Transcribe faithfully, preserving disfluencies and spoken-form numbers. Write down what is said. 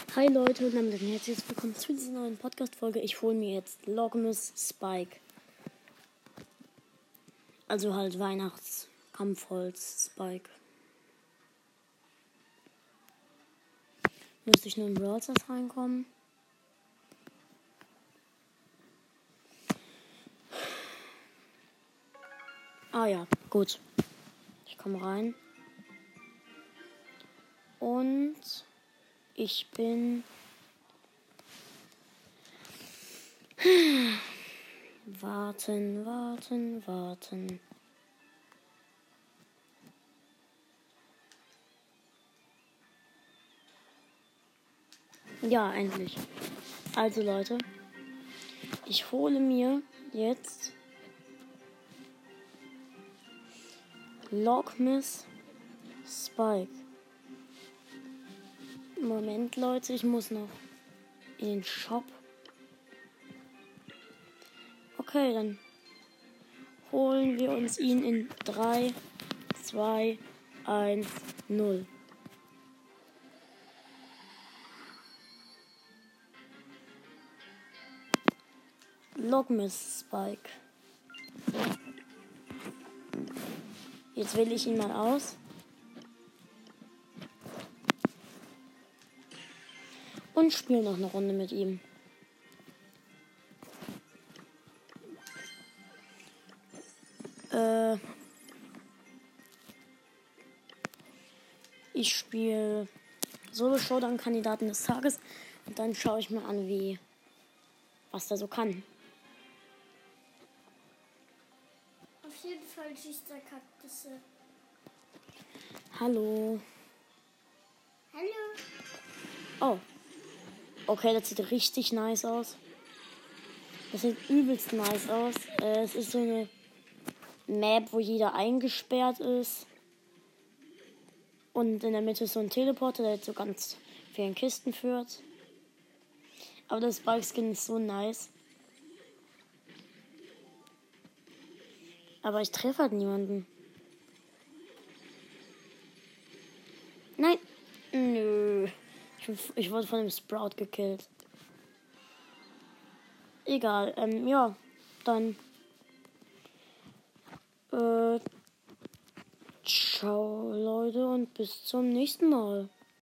Hi Leute und damit ein herzliches Willkommen zu dieser neuen Podcast-Folge. Ich hole mir jetzt Logmus Spike. Also halt Weihnachtskampfholz Spike. Müsste ich nur in Brawl Stars reinkommen. Ah ja, gut. Ich komme rein. Und ich bin... Warten, warten, warten. Ja, endlich. Also Leute, ich hole mir jetzt Logmus Spike. Moment, Leute, ich muss noch in den Shop. Okay, dann holen wir uns ihn in drei, zwei, eins, null. Logmus Spike. Jetzt wähle ich ihn mal aus. Und spiele noch eine Runde mit ihm. Äh, ich spiele Solo-Showdown-Kandidaten des Tages. Und dann schaue ich mir an, wie was der so kann. Auf jeden Fall schießt der Kaktusse. Hallo. Hallo. Oh. Okay, das sieht richtig nice aus. Das sieht übelst nice aus. Äh, es ist so eine Map, wo jeder eingesperrt ist. Und in der Mitte ist so ein Teleporter, der jetzt so ganz vielen Kisten führt. Aber das Spike-Skin ist so nice. Aber ich treffe halt niemanden. Nein. Nö. Ich, ich wurde von dem Sprout gekillt. Egal. Ähm, ja. Dann. Äh. Ciao, Leute. Und bis zum nächsten Mal.